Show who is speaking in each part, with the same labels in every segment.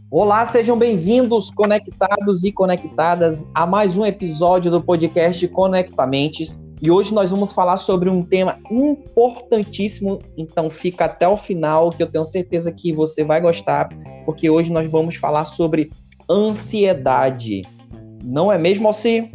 Speaker 1: Olá, sejam bem-vindos, conectados e conectadas, a mais um episódio do podcast Conectamentes. E hoje nós vamos falar sobre um tema importantíssimo, então fica até o final, que eu tenho certeza que você vai gostar, porque hoje nós vamos falar sobre ansiedade. Não é mesmo, Alci?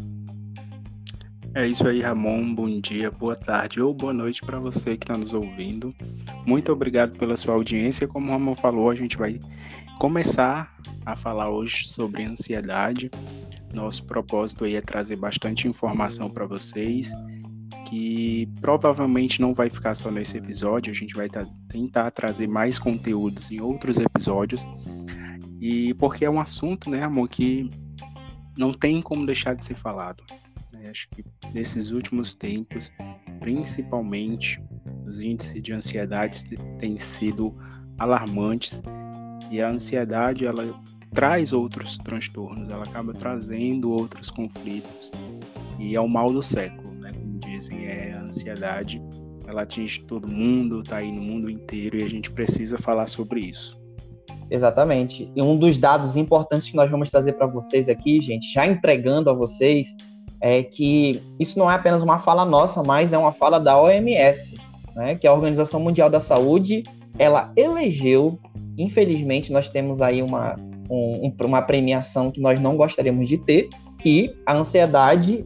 Speaker 2: É isso aí, Ramon. Bom dia, boa tarde ou boa noite para você que está nos ouvindo. Muito obrigado pela sua audiência. Como o Ramon falou, a gente vai começar a falar hoje sobre ansiedade. Nosso propósito aí é trazer bastante informação para vocês, que provavelmente não vai ficar só nesse episódio. A gente vai tentar trazer mais conteúdos em outros episódios. E porque é um assunto, né, Ramon, que não tem como deixar de ser falado. Acho que nesses últimos tempos, principalmente, os índices de ansiedade têm sido alarmantes, e a ansiedade ela traz outros transtornos, ela acaba trazendo outros conflitos, e é o mal do século, né? Como dizem, a ansiedade ela atinge todo mundo, está aí no mundo inteiro, e a gente precisa falar sobre isso.
Speaker 1: Exatamente. E um dos dados importantes que nós vamos trazer para vocês aqui, gente, já entregando a vocês, é que isso não é apenas uma fala nossa, mas é uma fala da OMS, né, que é a Organização Mundial da Saúde. Ela elegeu, infelizmente, nós temos aí uma premiação que nós não gostaríamos de ter, que a ansiedade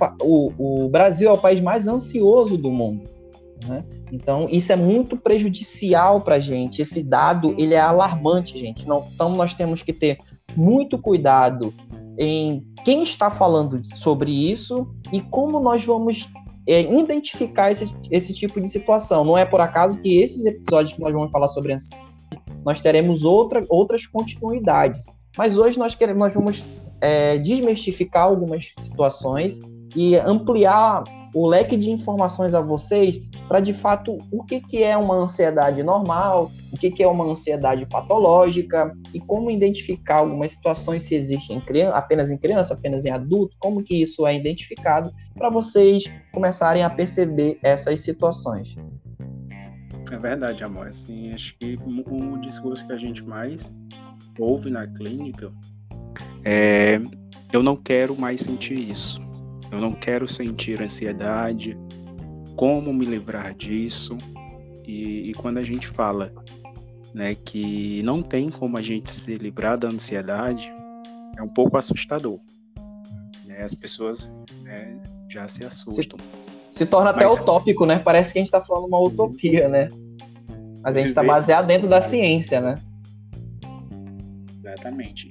Speaker 1: o Brasil é o país mais ansioso do mundo, né? Então, isso é muito prejudicial para a gente. Esse dado, ele é alarmante, gente. Então, nós temos que ter muito cuidado em quem está falando sobre isso e como nós vamos identificar esse tipo de situação. Não é por acaso que esses episódios que nós vamos falar sobre ansiedade, nós teremos outras continuidades. Mas hoje nós vamos desmistificar algumas situações e ampliar o leque de informações a vocês para, de fato, o que é uma ansiedade normal, o que é uma ansiedade patológica e como identificar algumas situações, se existem apenas em criança, apenas em adulto, como que isso é identificado, para vocês começarem a perceber essas situações.
Speaker 2: É verdade, amor. Assim, acho que o discurso que a gente mais ouve na clínica é: eu não quero mais sentir isso. Eu não quero sentir ansiedade, como me livrar disso? E quando a gente fala, né, que não tem como a gente se livrar da ansiedade, é um pouco assustador, né? As pessoas, né, já se assustam.
Speaker 1: Se torna até utópico, né? Parece que a gente está falando uma utopia, né? Mas a gente está baseado dentro da ciência, né?
Speaker 2: Exatamente.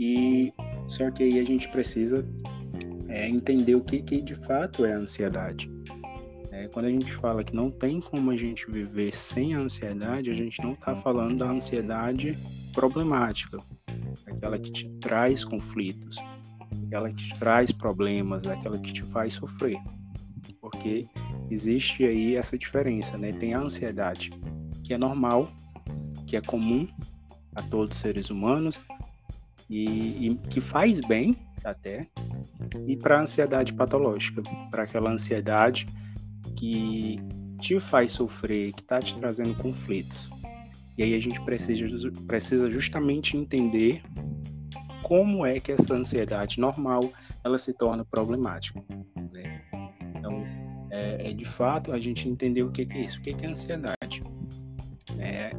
Speaker 2: Só que aí a gente precisa entender o que de fato é a ansiedade. Quando a gente fala que não tem como a gente viver sem a ansiedade, a gente não está falando da ansiedade problemática, aquela que te traz conflitos, aquela que te traz problemas, aquela que te faz sofrer. Porque existe aí essa diferença, né? Tem a ansiedade que é normal, que é comum a todos os seres humanos e que faz bem até, e para a ansiedade patológica, para aquela ansiedade que te faz sofrer, que está te trazendo conflitos. E aí a gente precisa justamente entender como é que essa ansiedade normal ela se torna problemática, né? Então, de fato, a gente entender o que é isso. O que é ansiedade? É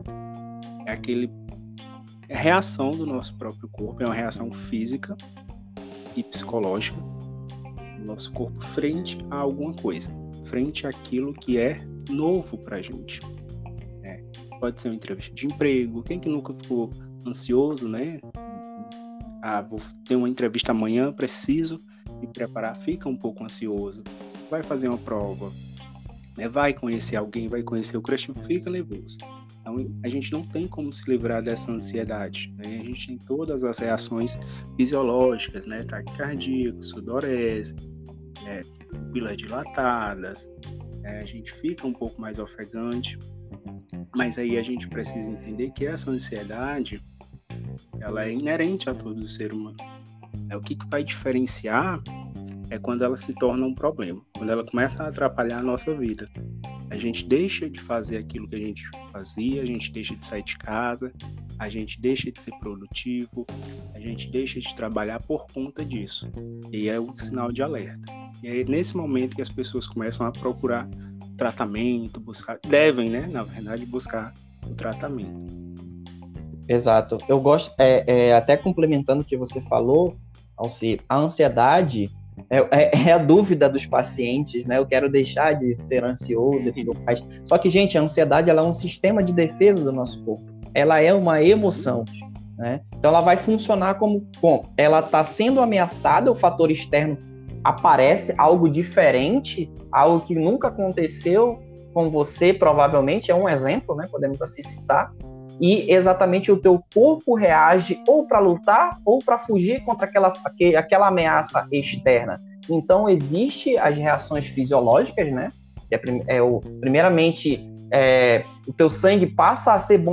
Speaker 2: a reação do nosso próprio corpo, é uma reação física e psicológica do nosso corpo frente a alguma coisa, frente àquilo que é novo pra gente, né? Pode ser uma entrevista de emprego. Quem que nunca ficou ansioso, né? Vou ter uma entrevista amanhã, preciso me preparar, fica um pouco ansioso. Vai fazer uma prova, né? Vai conhecer alguém, vai conhecer o crush, fica nervoso. Então, a gente não tem como se livrar dessa ansiedade, né? A gente tem todas as reações fisiológicas, né? Taquicardia, sudorese, pupilas dilatadas, a gente fica um pouco mais ofegante, mas aí a gente precisa entender que essa ansiedade ela é inerente a todo ser humano. O que vai diferenciar é quando ela se torna um problema, quando ela começa a atrapalhar a nossa vida. A gente deixa de fazer aquilo que a gente fazia, a gente deixa de sair de casa, a gente deixa de ser produtivo, a gente deixa de trabalhar por conta disso. E é o sinal de alerta. E é nesse momento que as pessoas começam a procurar tratamento, devem, né, na verdade, buscar o tratamento.
Speaker 1: Exato. Eu gosto, até complementando o que você falou, Alci, a ansiedade é a dúvida dos pacientes, né? Eu quero deixar de ser ansioso e tudo mais. Só que, gente, a ansiedade ela é um sistema de defesa do nosso corpo. Ela é uma emoção, né? Então, ela vai funcionar como, bom, ela está sendo ameaçada, o fator externo aparece, algo diferente, algo que nunca aconteceu com você, provavelmente, é um exemplo, né? Podemos assim citar. E exatamente o teu corpo reage ou para lutar ou para fugir contra aquela ameaça externa. Então, existem as reações fisiológicas, né? Primeiramente, o teu sangue passa a ser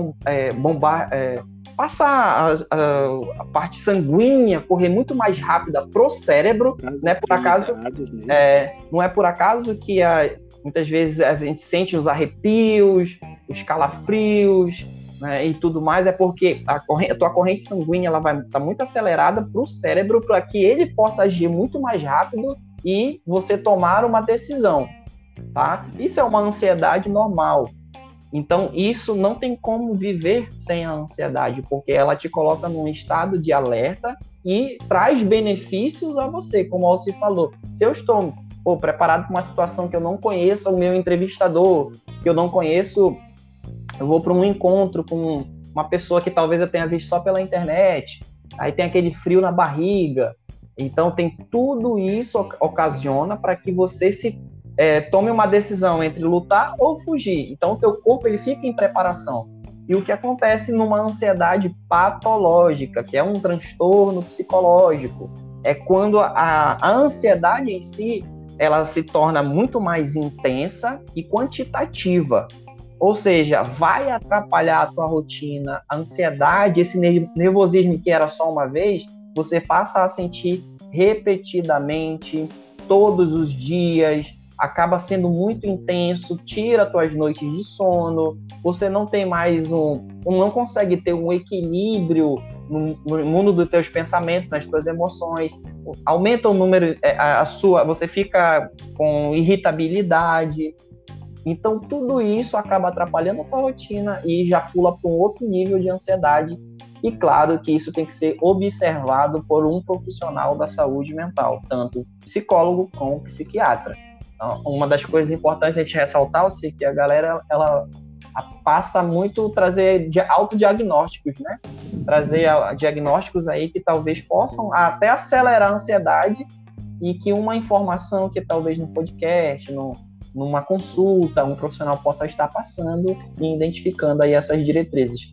Speaker 1: passa a parte sanguínea correr muito mais rápida pro cérebro, né? Por acaso, não é por acaso que muitas vezes a gente sente os arrepios, os calafrios, né, e tudo mais, é porque a tua corrente sanguínea ela vai estar muito acelerada para o cérebro para que ele possa agir muito mais rápido e você tomar uma decisão, tá? Isso é uma ansiedade normal. Então, isso não tem como viver sem a ansiedade, porque ela te coloca num estado de alerta e traz benefícios a você, como o Alci falou. Se eu estou preparado para uma situação que eu não conheço o meu entrevistador, que eu não conheço, eu vou para um encontro com uma pessoa que talvez eu tenha visto só pela internet, aí tem aquele frio na barriga. Então, tem tudo isso ocasiona para que você tome uma decisão entre lutar ou fugir. Então, o teu corpo ele fica em preparação. E o que acontece numa ansiedade patológica, que é um transtorno psicológico, é quando a ansiedade em si ela se torna muito mais intensa e quantitativa. Ou seja, vai atrapalhar a tua rotina, a ansiedade, esse nervosismo que era só uma vez, você passa a sentir repetidamente, todos os dias, acaba sendo muito intenso, tira tuas noites de sono, você não tem mais não consegue ter um equilíbrio no mundo dos teus pensamentos, nas tuas emoções, aumenta o número, você fica com irritabilidade. Então, tudo isso acaba atrapalhando a tua rotina e já pula para um outro nível de ansiedade. E claro que isso tem que ser observado por um profissional da saúde mental, tanto psicólogo como psiquiatra. Então, uma das coisas importantes a gente ressaltar é que a galera ela passa muito trazer autodiagnósticos, né? Trazer diagnósticos aí que talvez possam até acelerar a ansiedade e que uma informação que talvez no podcast, numa consulta, um profissional possa estar passando e identificando aí essas diretrizes.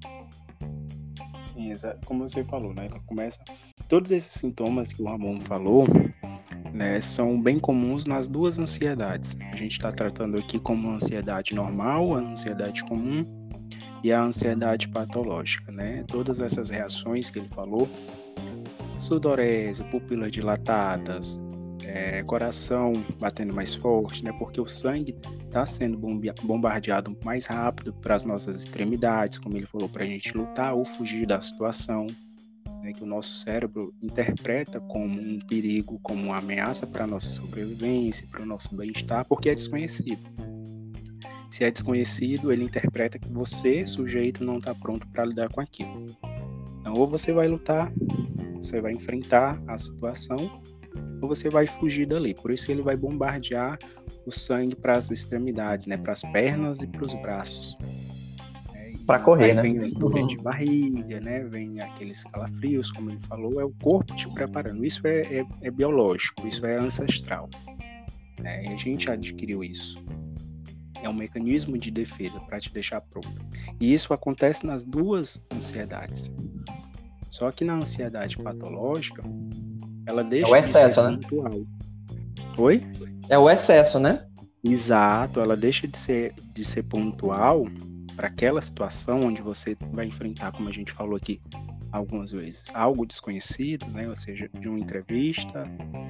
Speaker 2: Sim, como você falou, né? Todos esses sintomas que o Ramon falou, né, são bem comuns nas duas ansiedades. A gente está tratando aqui como ansiedade normal, a ansiedade comum e a ansiedade patológica, né? Todas essas reações que ele falou, sudorese, pupilas dilatadas, coração batendo mais forte, né? Porque o sangue está sendo bombardeado mais rápido para as nossas extremidades, como ele falou, para a gente lutar ou fugir da situação, né? Que o nosso cérebro interpreta como um perigo, como uma ameaça para a nossa sobrevivência, para o nosso bem-estar, porque é desconhecido. Se é desconhecido, ele interpreta que você, sujeito, não está pronto para lidar com aquilo. Então, ou você vai lutar, você vai enfrentar a situação, ou você vai fugir dali. Por isso ele vai bombardear o sangue para as extremidades, né? Para as pernas e para os braços.
Speaker 1: Para correr, né?
Speaker 2: Vem as dores de barriga, né? Vem aqueles calafrios, como ele falou, é o corpo te preparando. Isso é biológico, isso é ancestral. E a gente adquiriu isso. É um mecanismo de defesa para te deixar pronto. E isso acontece nas duas ansiedades. Só que na ansiedade patológica, ela deixa de ser pontual. Oi?
Speaker 1: É o excesso, né?
Speaker 2: Exato, ela deixa de ser pontual para aquela situação onde você vai enfrentar, como a gente falou aqui algumas vezes, algo desconhecido, né? Ou seja, de uma entrevista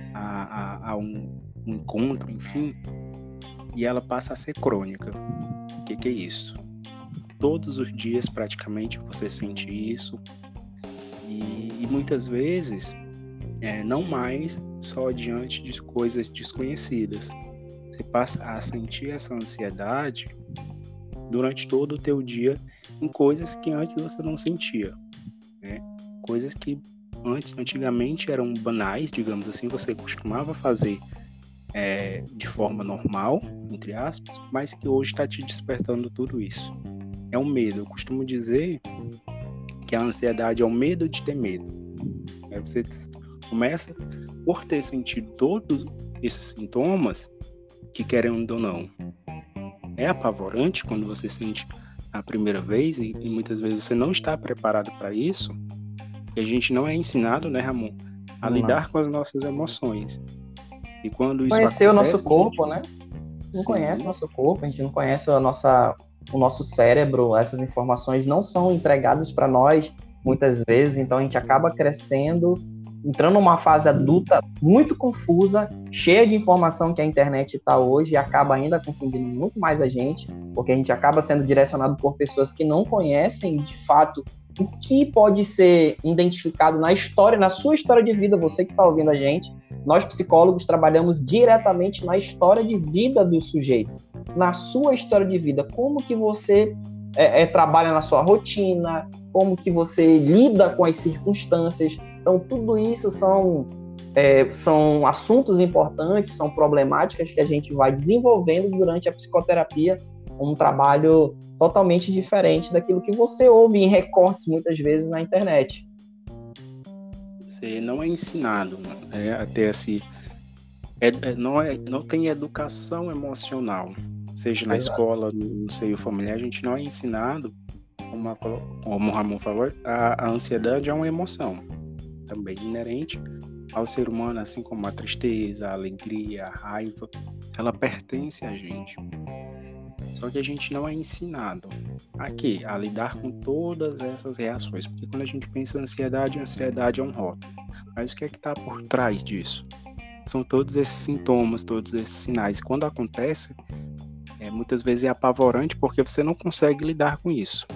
Speaker 2: a um encontro, enfim, e ela passa a ser crônica. O que é isso? todos os dias praticamente você sente isso, e muitas vezes não mais só diante de coisas desconhecidas. Você passa a sentir essa ansiedade durante todo o teu dia em coisas que antes você não sentia, né? Coisas que antigamente eram banais, digamos assim, você costumava fazer de forma normal, entre aspas, mas que hoje está te despertando tudo isso. É o medo. Eu costumo dizer que a ansiedade é o medo de ter medo. Você começa por ter sentido todos esses sintomas, que querendo ou não, é apavorante quando você sente a primeira vez, e muitas vezes você não está preparado para isso, e a gente não é ensinado, né, Ramon, a lidar com as nossas emoções. E quando isso
Speaker 1: conhecer
Speaker 2: acontece,
Speaker 1: o nosso corpo, né? Não conhece o nosso corpo, a gente não conhece o nosso cérebro, essas informações não são entregadas para nós muitas vezes, então a gente acaba crescendo, entrando numa fase adulta muito confusa, cheia de informação que a internet está hoje, e acaba ainda confundindo muito mais a gente, porque a gente acaba sendo direcionado por pessoas que não conhecem de fato o que pode ser identificado na história, na sua história de vida, você que está ouvindo a gente. Nós, psicólogos, trabalhamos diretamente na história de vida do sujeito, na sua história de vida, como que você trabalha na sua rotina, como que você lida com as circunstâncias. Então, tudo isso são assuntos importantes, são problemáticas que a gente vai desenvolvendo durante a psicoterapia, um trabalho totalmente diferente daquilo que você ouve em recortes, muitas vezes, na internet.
Speaker 2: Você não é ensinado a ter não tem educação emocional, seja na escola, no seio familiar, a gente não é ensinado, como o Ramon falou, a ansiedade é uma emoção também inerente ao ser humano, assim como a tristeza, a alegria, a raiva, ela pertence a gente. Só que a gente não é ensinado a lidar com todas essas reações, porque quando a gente pensa em ansiedade é um rótulo. Mas o que é que está por trás disso? São todos esses sintomas, todos esses sinais. Quando acontece, muitas vezes é apavorante porque você não consegue lidar com isso.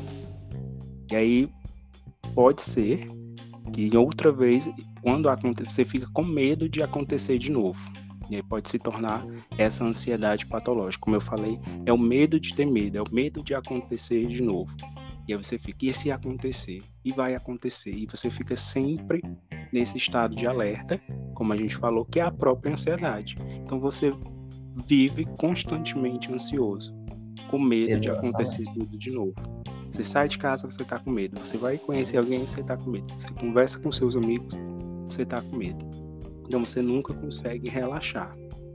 Speaker 2: E aí pode ser que outra vez, quando acontecer, você fica com medo de acontecer de novo. E aí pode se tornar essa ansiedade patológica. Como eu falei, é o medo de ter medo, é o medo de acontecer de novo. E aí você fica, e se acontecer? E vai acontecer. E você fica sempre nesse estado de alerta, como a gente falou, que é a própria ansiedade. Então você vive constantemente ansioso, com medo
Speaker 1: Exatamente.
Speaker 2: De acontecer tudo de novo. Você sai de casa, você está com medo. Você vai conhecer alguém, você está com medo. Você conversa com seus amigos, você está com medo. Então você nunca consegue relaxar.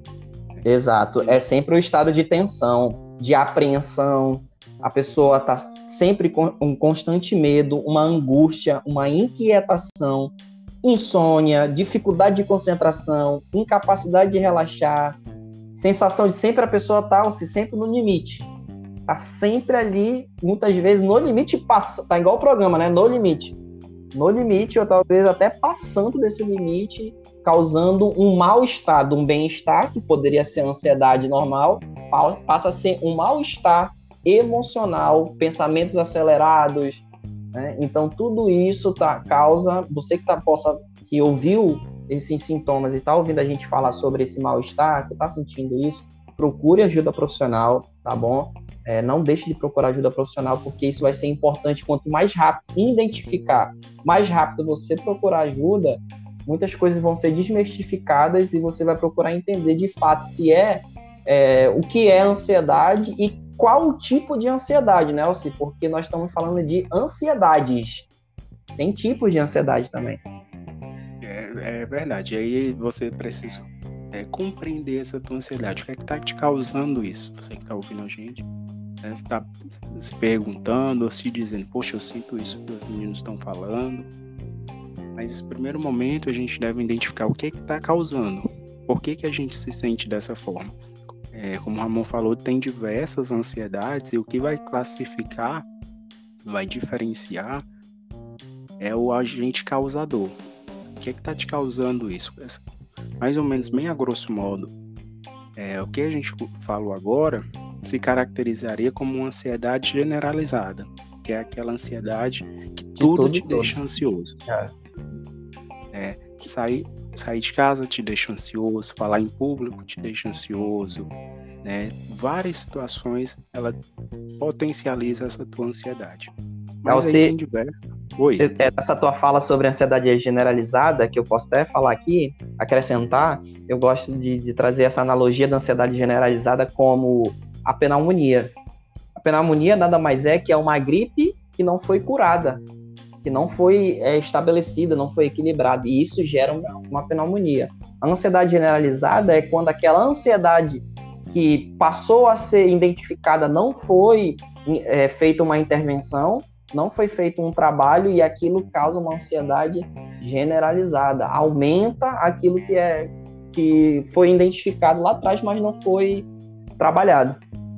Speaker 1: Exato. É sempre um estado de tensão, de apreensão. A pessoa está sempre com um constante medo, uma angústia, uma inquietação, insônia, dificuldade de concentração, incapacidade de relaxar, sensação de sempre a pessoa estar sempre no limite. Está sempre ali, muitas vezes no limite, tá igual o programa, né? No limite. No limite, ou talvez até passando desse limite, causando um mal-estar, um bem-estar, que poderia ser ansiedade normal, passa a ser um mal-estar emocional, pensamentos acelerados, né? Então, tudo isso causa, você que ouviu esses sintomas e está ouvindo a gente falar sobre esse mal-estar, que está sentindo isso, procure ajuda profissional, tá bom? Não deixe de procurar ajuda profissional, porque isso vai ser importante. Quanto mais rápido identificar, mais rápido você procurar ajuda, muitas coisas vão ser desmistificadas e você vai procurar entender de fato se o que é ansiedade e qual o tipo de ansiedade, né, Elci? Porque nós estamos falando de ansiedades. Tem tipos de ansiedade também.
Speaker 2: É verdade. E aí você precisa compreender essa tua ansiedade. O que é que está te causando isso? Você que está ouvindo a gente deve estar se perguntando, ou se dizendo, poxa, eu sinto isso que os meninos estão falando. Mas nesse primeiro momento a gente deve identificar o que é que está causando. Por que a gente se sente dessa forma? Como o Ramon falou, tem diversas ansiedades e o que vai classificar, vai diferenciar é o agente causador. O que é que está te causando isso? Mais ou menos, bem a grosso modo, o que a gente falou agora se caracterizaria como uma ansiedade generalizada, que é aquela ansiedade que tudo te deixa ansioso. Sair de casa te deixa ansioso, falar em público te deixa ansioso, né? Várias situações, ela potencializa essa tua ansiedade. Mas aí tem diversas. Oi.
Speaker 1: Essa tua fala sobre ansiedade generalizada, que eu posso até falar aqui, acrescentar, eu gosto de trazer essa analogia da ansiedade generalizada como a pneumonia. A pneumonia nada mais é que é uma gripe que não foi curada, que não foi estabelecida, não foi equilibrada, e isso gera uma pneumonia. A ansiedade generalizada é quando aquela ansiedade que passou a ser identificada não foi feita uma intervenção, não foi feito um trabalho, e aquilo causa uma ansiedade generalizada, aumenta aquilo que foi identificado lá atrás, mas não foi trabalhado.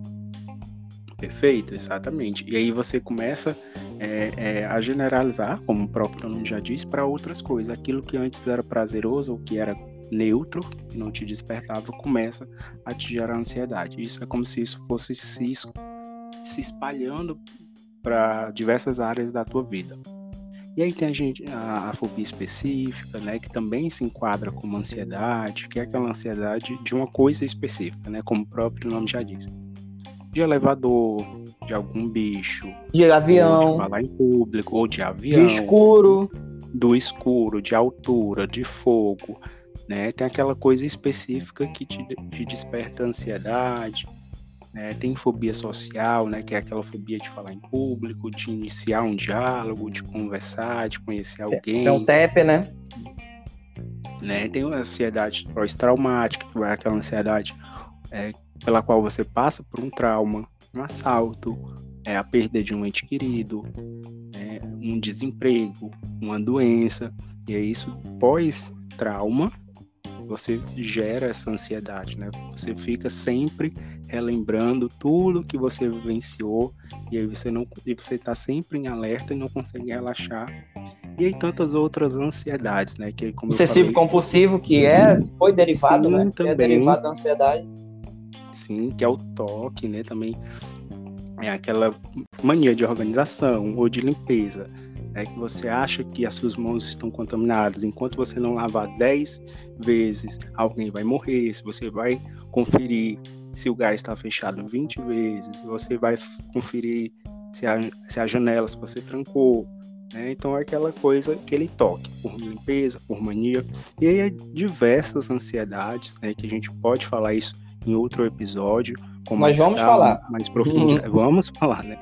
Speaker 2: Perfeito, exatamente. E aí você começa a generalizar, como o próprio nome já diz, para outras coisas. Aquilo que antes era prazeroso ou que era neutro, que não te despertava, começa a te gerar ansiedade. Isso é como se isso fosse se espalhando para diversas áreas da tua vida. E aí tem a fobia específica, né, que também se enquadra como ansiedade, que é aquela ansiedade de uma coisa específica, né, como o próprio nome já diz. De elevador, de algum bicho,
Speaker 1: de avião,
Speaker 2: ou de falar em público, ou de avião, do escuro, de altura, de fogo, né? Tem aquela coisa específica que te desperta ansiedade, né? Tem fobia social, né? Que é aquela fobia de falar em público, de iniciar um diálogo, de conversar, de conhecer alguém.
Speaker 1: É um TEP, né?
Speaker 2: Tem a ansiedade pós-traumática, que é aquela ansiedade pela qual você passa por um trauma, um assalto, a perda de um ente querido, um desemprego, uma doença, e é isso pós-trauma, você gera essa ansiedade, né? Você fica sempre relembrando tudo que você vivenciou, e aí você está sempre em alerta e não consegue relaxar. E aí tantas outras ansiedades, né? Que como
Speaker 1: obsessivo compulsivo, que foi derivado,
Speaker 2: sim,
Speaker 1: né?
Speaker 2: Também,
Speaker 1: é derivado da ansiedade.
Speaker 2: Sim, que é o toque, né? Também é aquela mania de organização ou de limpeza, que você acha que as suas mãos estão contaminadas. Enquanto você não lavar 10 vezes, alguém vai morrer. Se você vai conferir se o gás está fechado 20 vezes, você vai conferir se a janela, se você trancou. Então é aquela coisa, aquele toque por limpeza, por mania. E aí diversas ansiedades, que a gente pode falar isso em outro episódio, com
Speaker 1: nós vamos falar
Speaker 2: mais profundidade. Vamos falar, né?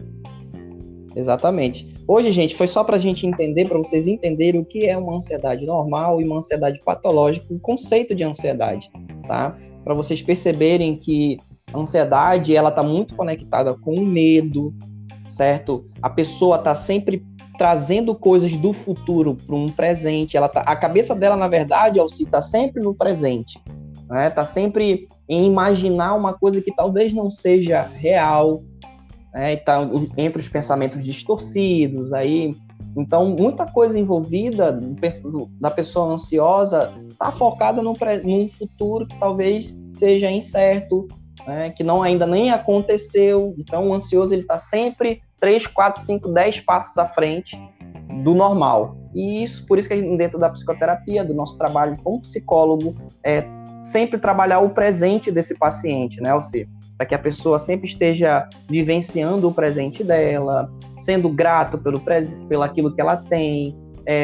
Speaker 1: Exatamente. Hoje, gente, foi só para a gente entender, para vocês entenderem o que é uma ansiedade normal e uma ansiedade patológica, o conceito de ansiedade, tá? Para vocês perceberem que a ansiedade, ela está muito conectada com o medo, certo? A pessoa está sempre trazendo coisas do futuro para um presente. A cabeça dela, na verdade, está sempre no presente. Está sempre em imaginar uma coisa que talvez não seja real, tá entre os pensamentos distorcidos. Então, muita coisa envolvida da pessoa ansiosa está focada num futuro que talvez seja incerto, que ainda nem aconteceu. Então, o ansioso está sempre 3, 4, 5, 10 passos à frente do normal. E por isso que dentro da psicoterapia, do nosso trabalho como psicólogo, sempre trabalhar o presente desse paciente, né? Ou seja, para que a pessoa sempre esteja vivenciando o presente dela, sendo grato pelo aquilo que ela tem,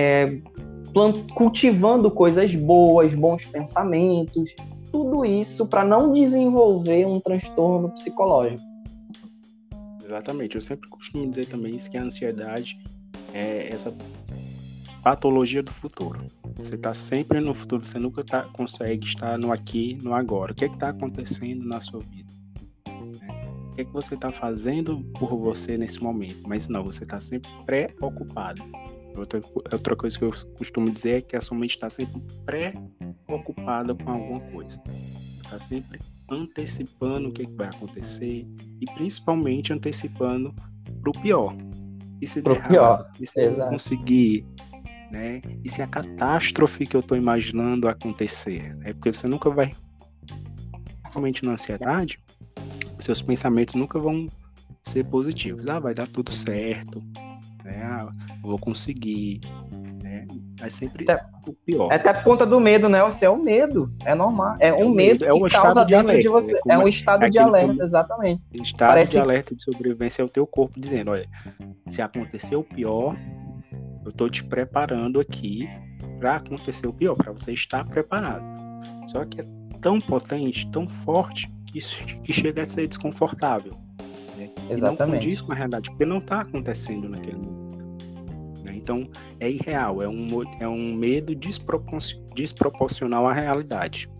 Speaker 1: cultivando coisas boas, bons pensamentos, tudo isso para não desenvolver um transtorno psicológico.
Speaker 2: Exatamente, eu sempre costumo dizer também isso, que a ansiedade é essa patologia do futuro. Você está sempre no futuro, você nunca consegue estar no aqui, no agora. O que está acontecendo na sua vida? O que você está fazendo por você nesse momento? Mas não, você está sempre preocupado. Outra coisa que eu costumo dizer é que a sua mente está sempre preocupada com alguma coisa. Está sempre antecipando o que vai acontecer e principalmente antecipando para o pior. E se der errado, e se eu não conseguir, e se a catástrofe que eu estou imaginando acontecer, porque você nunca vai, principalmente na ansiedade, seus pensamentos nunca vão ser positivos. Vai dar tudo certo, né? Vou conseguir, né? É sempre o pior.
Speaker 1: Até por conta do medo, né? É o medo, é normal. É um medo que causa dentro de você. É um estado de alerta, exatamente.
Speaker 2: Estado de alerta de sobrevivência é o teu corpo dizendo, olha, se acontecer o pior, eu tô te preparando aqui para acontecer o pior, para você estar preparado. Só que é tão potente, tão forte, que chega a ser desconfortável. Né?
Speaker 1: Exatamente.
Speaker 2: E não condiz com a realidade, porque não está acontecendo naquele momento. Né? Então, é irreal, é um medo desproporcional à realidade.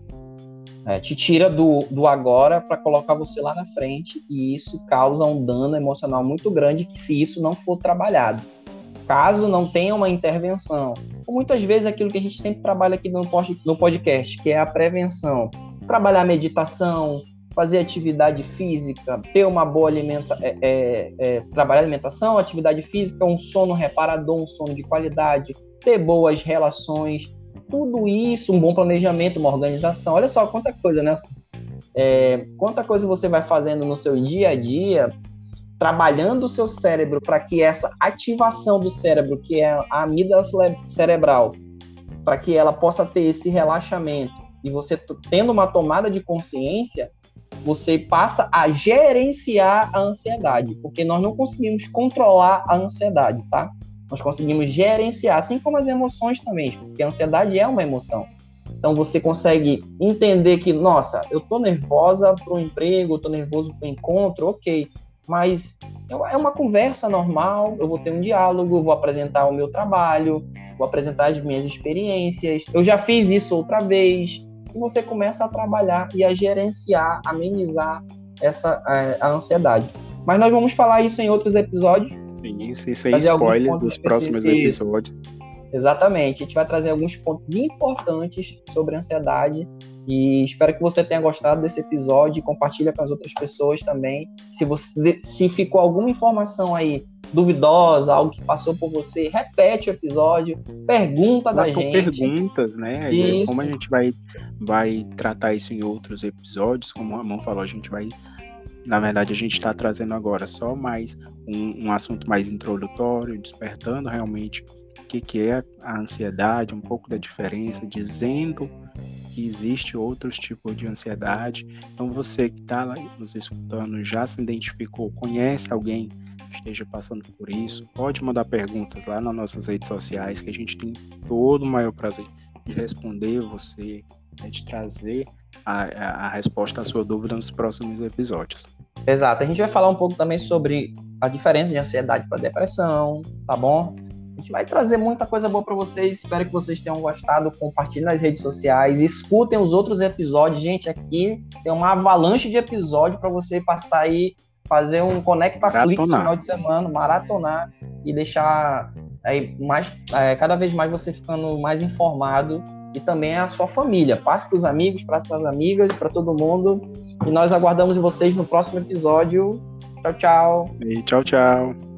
Speaker 1: Te tira do agora para colocar você lá na frente, e isso causa um dano emocional muito grande que se isso não for trabalhado. Caso não tenha uma intervenção, ou muitas vezes aquilo que a gente sempre trabalha aqui no podcast, que é a prevenção. Trabalhar meditação, fazer atividade física, ter uma boa trabalhar alimentação, atividade física, um sono reparador, um sono de qualidade, ter boas relações, tudo isso, um bom planejamento, uma organização. Olha só quanta coisa, né? Quanta coisa você vai fazendo no seu dia a dia, trabalhando o seu cérebro para que essa ativação do cérebro, que é a amígdala cerebral, para que ela possa ter esse relaxamento, e você tendo uma tomada de consciência, você passa a gerenciar a ansiedade, porque nós não conseguimos controlar a ansiedade, tá? Nós conseguimos gerenciar, assim como as emoções também, porque a ansiedade é uma emoção. Então você consegue entender que, nossa, eu tô nervosa para o emprego, eu tô nervoso para o encontro, ok, mas é uma conversa normal, eu vou ter um diálogo, vou apresentar o meu trabalho, vou apresentar as minhas experiências, eu já fiz isso outra vez, e você começa a trabalhar e a gerenciar, amenizar a ansiedade. Mas nós vamos falar isso em outros episódios.
Speaker 2: Sim, sem spoilers dos próximos episódios.
Speaker 1: Exatamente, a gente vai trazer alguns pontos importantes sobre a ansiedade e espero que você tenha gostado desse episódio e compartilha com as outras pessoas também. Se ficou alguma informação aí duvidosa, algo que passou por você, repete o episódio, pergunta da gente.
Speaker 2: São perguntas, né?
Speaker 1: Isso.
Speaker 2: Como a gente vai tratar isso em outros episódios, como o Ramon falou, na verdade, a gente está trazendo agora só mais um assunto mais introdutório, despertando realmente o que é a ansiedade, um pouco da diferença, dizendo que existe outros tipos de ansiedade. Então, você que está lá nos escutando, já se identificou, conhece alguém que esteja passando por isso, pode mandar perguntas lá nas nossas redes sociais, que a gente tem todo o maior prazer de responder você, de trazer a resposta à sua dúvida nos próximos episódios.
Speaker 1: Exato, a gente vai falar um pouco também sobre a diferença de ansiedade para depressão, tá bom? A gente vai trazer muita coisa boa para vocês, espero que vocês tenham gostado, compartilhem nas redes sociais, escutem os outros episódios, gente, aqui tem uma avalanche de episódios para você passar aí, fazer um Conectaflix no final de semana, maratonar e deixar aí cada vez mais você ficando mais informado, e também a sua família. Passe para os amigos, para as amigas, para todo mundo. E nós aguardamos vocês no próximo episódio. Tchau, tchau.
Speaker 2: E tchau, tchau.